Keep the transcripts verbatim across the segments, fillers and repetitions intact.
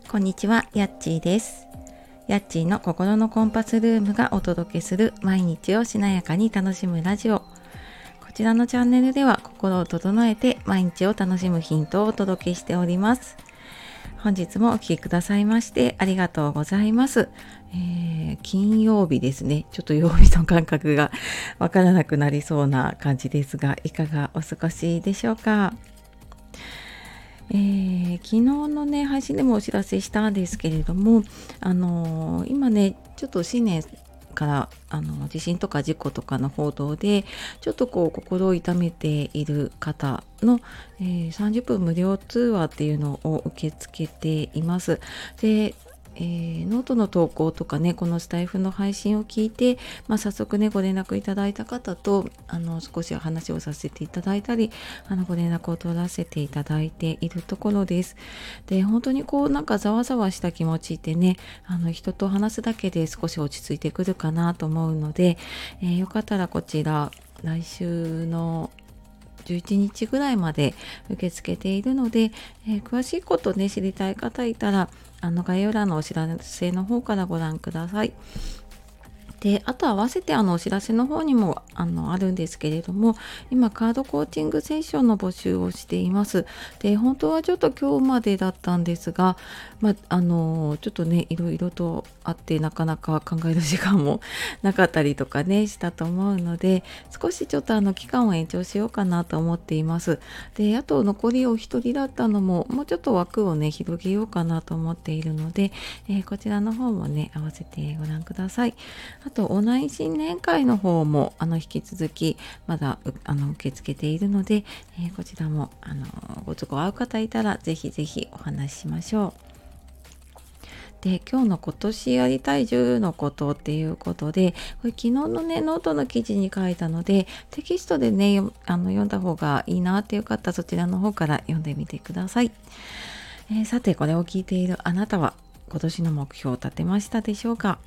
こんにちは、やっちーです。やっちーの心のコンパスルームがお届けする毎日をしなやかに楽しむラジオ。こちらのチャンネルでは心を整えて毎日を楽しむヒントをお届けしております。本日もお聞きくださいましてありがとうございます。えー、金曜日ですね。ちょっと曜日の感覚がわからなくなりそうな感じですが、いかがお過ごしでしょうか。えー、昨日のね配信でもお知らせしたんですけれども、あのー今ねちょっと新年からあの地震とか事故とかの報道でちょっとこう心を痛めている方の、えーさんじゅっぷん無料通話っていうのを受け付けています。でえーノートの投稿とかね、このスタイフの配信を聞いて、まあ、早速ねご連絡いただいた方とあの少し話をさせていただいたり、あのご連絡を取らせていただいているところです。で本当にこうなんかざわざわした気持ちってね、あの人と話すだけで少し落ち着いてくるかなと思うので、えーよかったらこちら来週のじゅういちにちぐらいまで受け付けているので、えー詳しいことね知りたい方いたらあの概要欄のお知らせの方からご覧ください。であと合わせてあのお知らせの方にもあのあるんですけれども、今カードコーチングセッションの募集をしています。で本当はちょっと今日までだったんですが、まあ、あのちょっとねいろいろとあってなかなか考える時間もなかったりとかねしたと思うので、少しちょっとあの期間を延長しようかなと思っています。であと残りお一人だったのももうちょっと枠をね広げようかなと思っているので、えーこちらの方もね合わせてご覧ください。あとオンライン新年会の方もあの引き続きまだうあの受け付けているので、えーこちらもあのご都合合う方いたらぜひぜひお話ししましょう。で今日の今年やりたいじゅうのことっていうことで、これ昨日のねノートの記事に書いたのでテキストでねよあの読んだ方がいいなっていう方、そちらの方から読んでみてください。えーさてこれを聞いているあなたは今年の目標を立てましたでしょうか。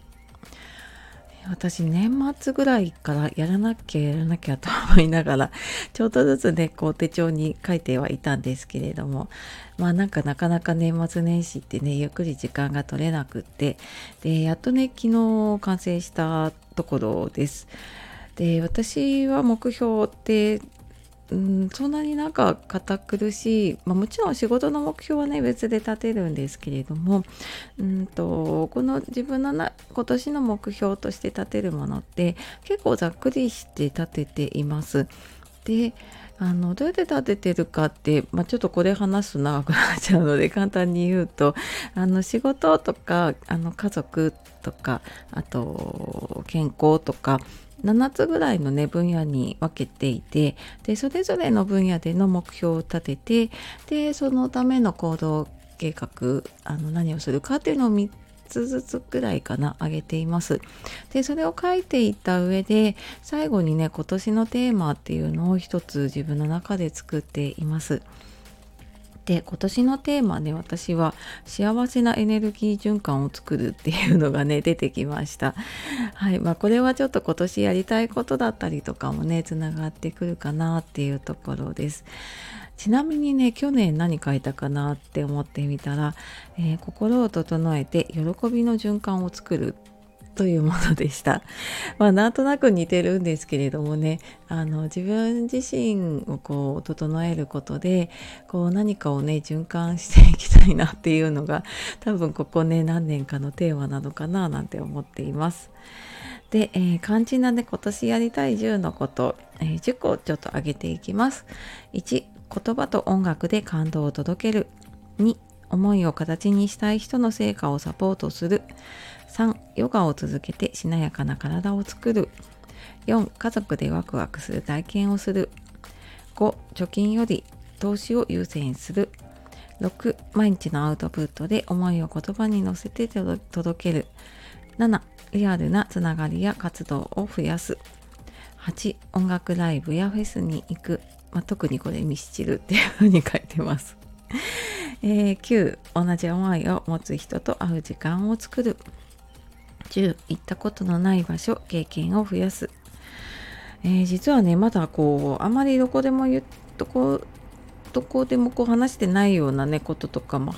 私年末ぐらいからやらなきゃやらなきゃと思いながらちょっとずつねこう手帳に書いてはいたんですけれども、まあなんかなかなか年末年始ってねゆっくり時間が取れなくって、でやっとね昨日完成したところです。で私は目標ってうん、そんなになんか堅苦しい、まあ、もちろん仕事の目標はね別で立てるんですけれども、うんとこの自分のな今年の目標として立てるものって結構ざっくりして立てています。であのどうやって立ててるかって、まあ、ちょっとこれ話すと長くなっちゃうので簡単に言うと、あの仕事とかあの家族とかあと健康とかななつぐらいのね分野に分けていて、でそれぞれの分野での目標を立てて、でそのための行動計画、あの何をするかっていうのをみっつずつぐらいかな上げています。でそれを書いていった上で最後にね今年のテーマっていうのを一つ自分の中で作っています。で今年のテーマね、私は幸せなエネルギー循環を作るっていうのがね出てきました。はい、まあこれはちょっと今年やりたいことだったりとかもねつながってくるかなっていうところです。ちなみにね去年何書いたかなって思ってみたら、えー心を整えて喜びの循環を作るというものでした。まあなんとなく似てるんですけれどもね、あの自分自身をこう整えることでこう何かをね循環していきたいなっていうのが多分ここね何年かのテーマなのかななんて思っています。で、えー肝心なね今年やりたいじゅうのこと、えーじゅっこちょっと挙げていきます。いち、言葉と音楽で感動を届ける。に、思いを形にしたい人の成果をサポートする。さん、ヨガを続けてしなやかな体を作る。よん、家族でワクワクする体験をする。ご、貯金より投資を優先する。ろく、毎日のアウトプットで思いを言葉に乗せて届ける。なな、リアルなつながりや活動を増やす。はち、音楽ライブやフェスに行く。まあ、特にこれミスチルっていう風に書いてます。えー、きゅう、同じ思いを持つ人と会う時間を作る。じゅう、行ったことのない場所、経験を増やす。えー実はねまだこうあまりどこでも言うとこどこでもこう話してないようなねこととかも入っ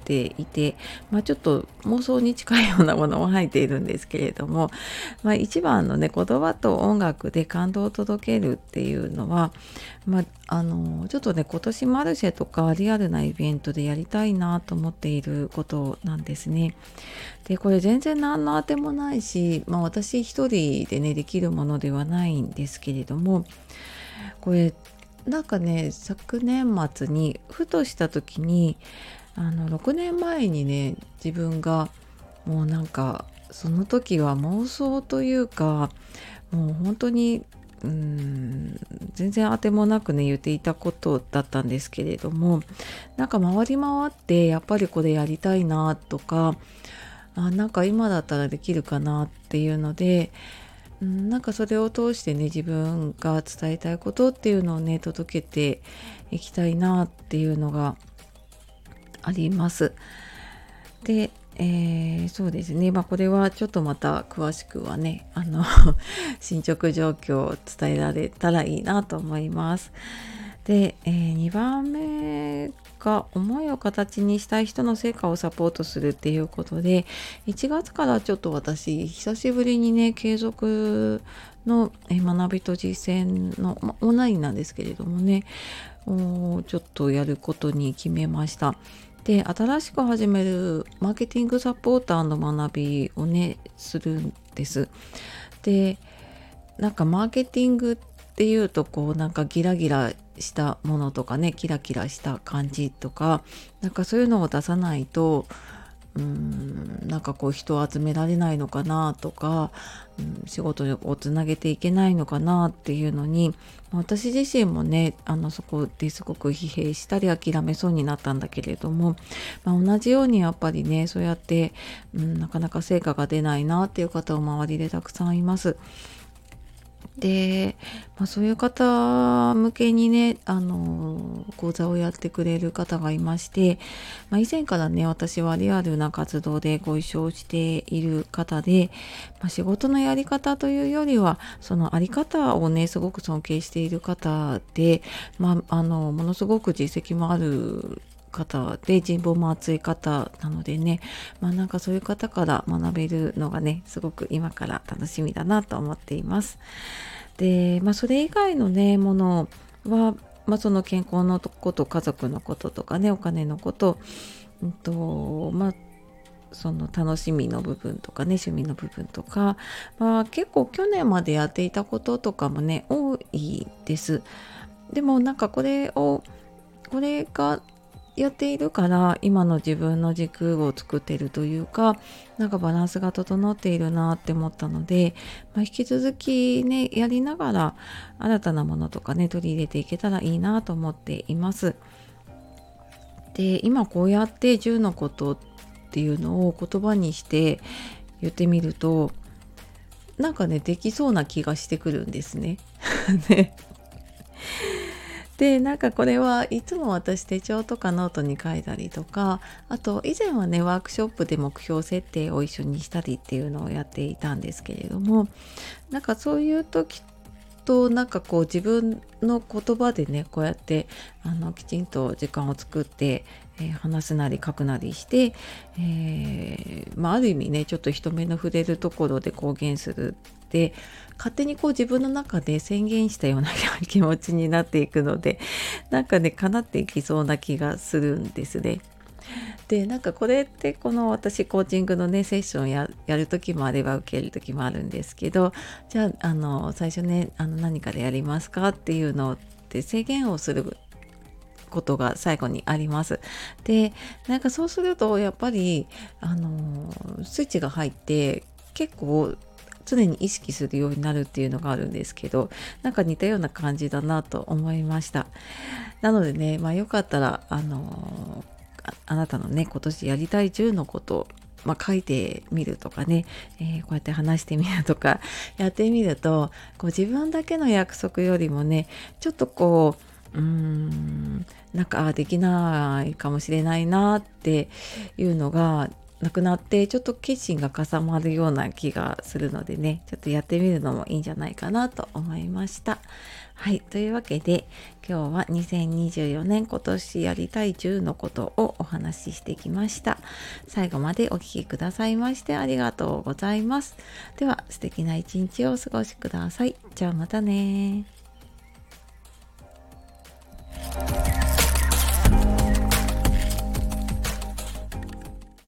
ていて、まあ、ちょっと妄想に近いようなものも入っているんですけれども、まあ、一番のね言葉と音楽で感動を届けるっていうのは、まあ、あのちょっとね今年マルシェとかリアルなイベントでやりたいなと思っていることなんですね。でこれ全然何のあてもないし、まあ、私一人でねできるものではないんですけれども、これなんかね昨年末にふとした時にあのろくねんまえにね自分がもうなんかその時は妄想というかもう本当にうーん全然当てもなくね言っていたことだったんですけれども、なんか回り回ってやっぱりこれやりたいなとか、あなんか今だったらできるかなっていうので、うん、なんかそれを通してね自分が伝えたいことっていうのをね届けていきたいなっていうのがあります。で、えーそうですね、まあ、これはちょっとまた詳しくはねあの進捗状況を伝えられたらいいなと思います。で、えーにばんめが思いを形にしたい人の成果をサポートするっていうことで、いちがつからちょっと私久しぶりにね継続のえー学びと実践の、まオンラインなんですけれどもね、おちょっとやることに決めました。で、新しく始めるマーケティングサポーターの学びをねするんです。で、なんかマーケティングっていうとこうなんかギラギラしたものとかね、キラキラした感じとか、なんかそういうのを出さないとうーんなんかこう人を集められないのかなとか、うん、仕事をつなげていけないのかなっていうのに、私自身もねあのそこですごく疲弊したり諦めそうになったんだけれども、まあ、同じようにやっぱりねそうやって、うん、なかなか成果が出ないなっていう方を周りでたくさんいます。で、まあ、そういう方向けにね、あの、講座をやってくれる方がいまして、まあ、以前からね、私はリアルな活動でご一緒している方で、まあ、仕事のやり方というよりは、そのあり方をね、すごく尊敬している方で、まあ、あの、ものすごく実績もある方で人望も厚い方なのでね、まあなんかそういう方から学べるのがねすごく今から楽しみだなと思っています。で、まあそれ以外のねものは、まあ、その健康のこと、家族のこととかね、お金のこと、うんとまあその楽しみの部分とかね、趣味の部分とか、まあ、結構去年までやっていたこととかもね多いです。でもなんかこれをこれがやっているから今の自分の軸を作っているというか、なんかバランスが整っているなって思ったので、まあ、引き続きねやりながら新たなものとかね取り入れていけたらいいなと思っています。で、今こうやってじゅうのことっていうのを言葉にして言ってみると、なんかねできそうな気がしてくるんですね。ねで、なんかこれはいつも私手帳とかノートに書いたりとか、あと以前はねワークショップで目標設定を一緒にしたりっていうのをやっていたんですけれども、なんかそういう時となんかこう自分の言葉でねこうやってあのきちんと時間を作って、えー話すなり書くなりして、えーまあ、ある意味ねちょっと人目の触れるところで公言するって勝手にこう自分の中で宣言したような気持ちになっていくので、なんかね叶っていきそうな気がするんですね。で、なんかこれってこの私コーチングのねセッションややる時もあれば受ける時もあるんですけど、じゃあ、あの最初ねあの何かでやりますかっていうのって制限をすることが最後にあります。で、なんかそうするとやっぱりあのスイッチが入って結構常に意識するようになるっていうのがあるんですけど、なんか似たような感じだなと思いました。なのでね、まあよかったらあのああなたのね今年やりたいじゅうのことまあ、書いてみるとかね、えーこうやって話してみるとかやってみると、こう自分だけの約束よりもねちょっとこううーんなんかあできないかもしれないなっていうのが、 なくなってちょっと決心が固まるような気がするのでね、ちょっとやってみるのもいいんじゃないかなと思いました。はい、というわけで今日はにせんにじゅうよねん今年やりたいじゅうのことをお話ししてきました。最後までお聞きくださいましてありがとうございます。では素敵な一日をお過ごしください。じゃあまたね。